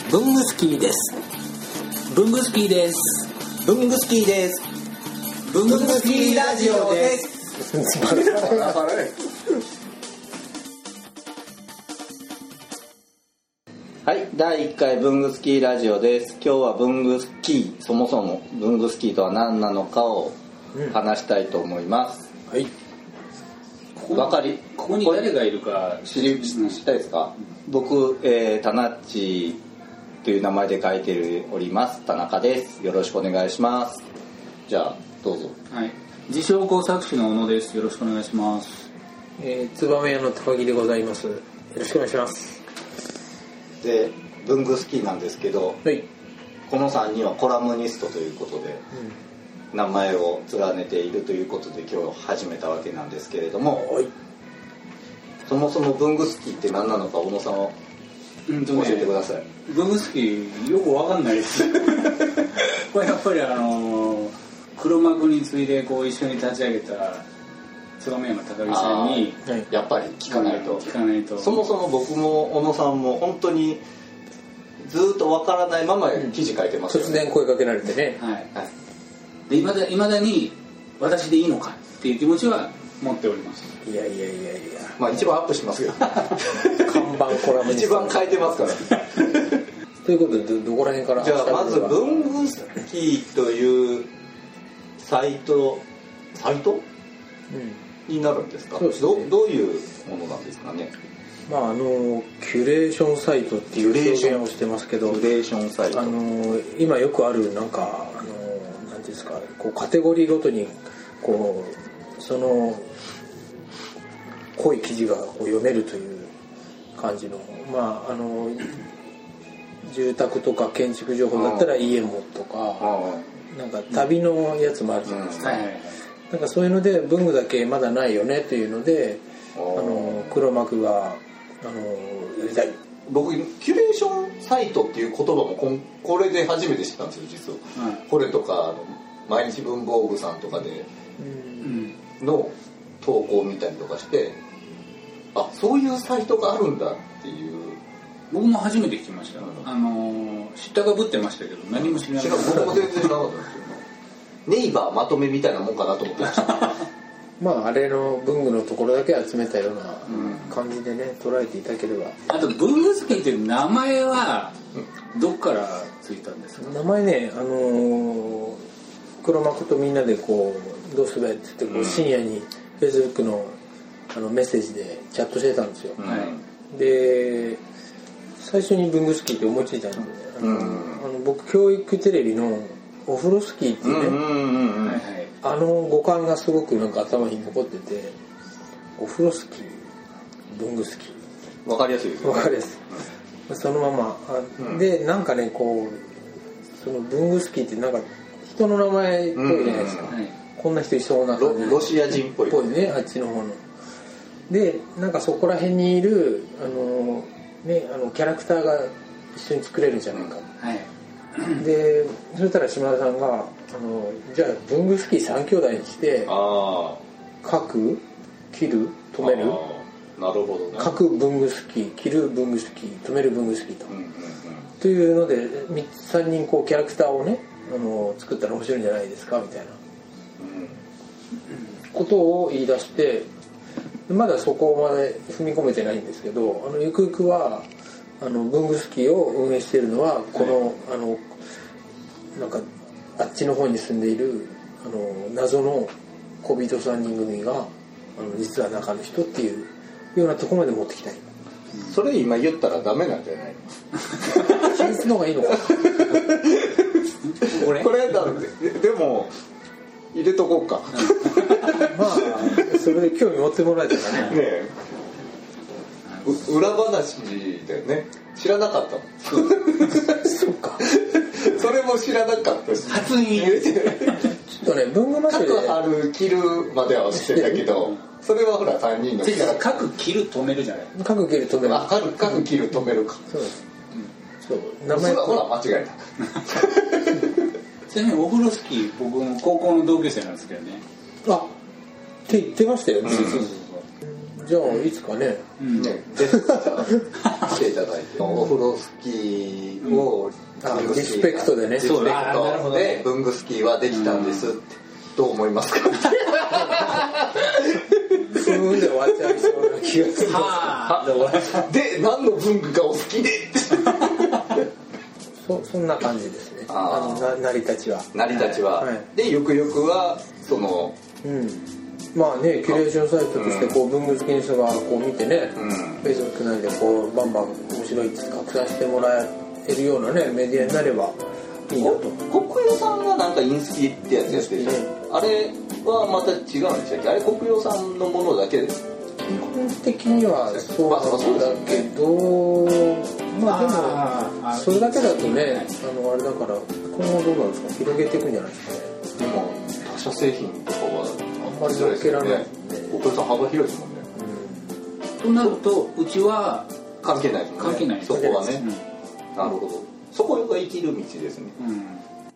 文具スキーです。文具スキーです。 文具スキーです。文具スキーラジオです。はい、第1回文具スキーラジオです。今日は文具スキー、そもそも文具スキーとは何なのかを話したいと思います。 はい。 ここに誰がいるか知りたいですか？僕、タナッチという名前で書いております田中です。よろしくお願いします。じゃあどうぞ。 はい。自称工作士の小野です。よろしくお願いします。 燕屋の高木でございます。よろしくお願いします。 で、文具スキーなんですけど、 はい。 この3人はコラムニストということで、名前を連ねているということで今日始めたわけなんですけれども、 はい。 そもそも文具スキーって何なのか小野さんを教えてください。 文具スキーよくわかんないですこれやっぱり黒幕に次いでこう一緒に立ち上げた燕山高木さんにやっぱり聞かないと、そもそも僕も小野さんも本当にずっとわからないまま記事書いてますよね。 突然声かけられてね、 はい、で未だに私でいいのかっていう気持ちは持っております。 いやまあ一番アップしますよ看板コラム一番書いてますからということで どこら辺から。 じゃあまず文具スキーというサイト、になるんですか？ そうですね。 どういうものなんですかね。 まあキュレーションサイトっていう表現をしてますけど、 キュレーションサイト、 今よくあるなんかなんていうんですか、こうカテゴリーごとにこうその濃い記事がこう読めるという感じの、まあ住宅とか建築情報だったら家もとか、なんか旅のやつもあるじゃないですか。なんかそういうので文具だけまだないよねというので、黒幕がやりたい。 僕キュレーションサイトっていう言葉もこれで初めて知ったんですよ実は。これとか毎日文房具さんとかでの投稿を見たりとかして、あ、そういうサイトがあるんだっていう。 僕も初めて聞きました。知ったかぶってましたけど何も知らない。 僕も全然知らなかったんですよ。ネイバーまとめみたいなもんかなと思ってましたまああれの文具のところだけ集めたような感じでね、捉えていただければ。 あと文具スキーっていう名前はどっからついたんですか？ 名前ね、黒幕とみんなでこうどうすべって言ってこう深夜に Facebook のメッセージでチャットしてたんですよ。で最初に文具スキーって思いついたんですよね。僕教育テレビのお風呂スキーっていうね、五感がすごくなんか頭に残ってて、お風呂スキー、文具スキー、 わかりやすいですね。 わかりやすい。そのままでなんかね、こうその文具スキーってなんか人の名前っぽいじゃないですか。こんな人いそうな感じ。 ロシア人っぽいね、あっちの方の。でなんかそこら辺にいるキャラクターが一緒に作れるんじゃないか。でそしたら島田さんがじゃあ文具スキー3兄弟にして書く、切る、止める、 なるほどね、 書く文具スキー、切る文具スキー、止める文具スキーというので3人こうキャラクターをね作ったら面白いんじゃないですかみたいなことを言い出して、まだそこまで踏み込めてないんですけど、ゆくゆくは文具スキーを運営しているのはこのなんかあっちの方に住んでいる謎の小人3人組が実は中の人っていうようなところまで持ってきたい。 それ今言ったらダメなんじゃないの？ 秘密の方がいいのかなこれだでも入れとこうかまあそれで興味持ってもらえたらね。 ねえ、裏話だよね。知らなかったもんそうかそれも知らなかったし、 初に言うてちょっとね、文具祭りで書く、貼る、切るまでは知ってたけどそれはほら3人のキャラクター。 書く、切る、止めるじゃない。 書く、切る、止める。 書く、切る、止めるか。 そうです。そう名前ほら間違えたちなみにお風呂スキー、僕も高校の同級生なんですけどね。 あって言ってましたよね。 じゃあいつかね、 ぜひ来ていただいてオフロスキーをリスペクトでね、 リスペクトでブングスキーはできたんですって、どう思いますかふーんで終わっちゃいそうな気がするで何の文具がお好きでそんな感じですね。成り立ちは。でゆくゆくはその、 まあね、キュレーションサイトとしてこう文具好きな人がこう見てね、Facebook 内でこうバンバン面白いって拡散してもらえるようなねメディアになればいいなと。 国用さんがなんかインスキってやつやってるじゃん、あれはまた違うんでしたっけ？あれ国用さんのものだけです。 基本的にはそうだけど、まあでもそれだけだとね、あれだから今後どうなんですか、広げていくんじゃないですかね。 でも他社製品とかはあんまり抜けられないんで、 国用さん幅広いですもんね。 となるとうちは関係ないですね。 関係ない。 そこはね。なるほど。そこが生きる道ですね。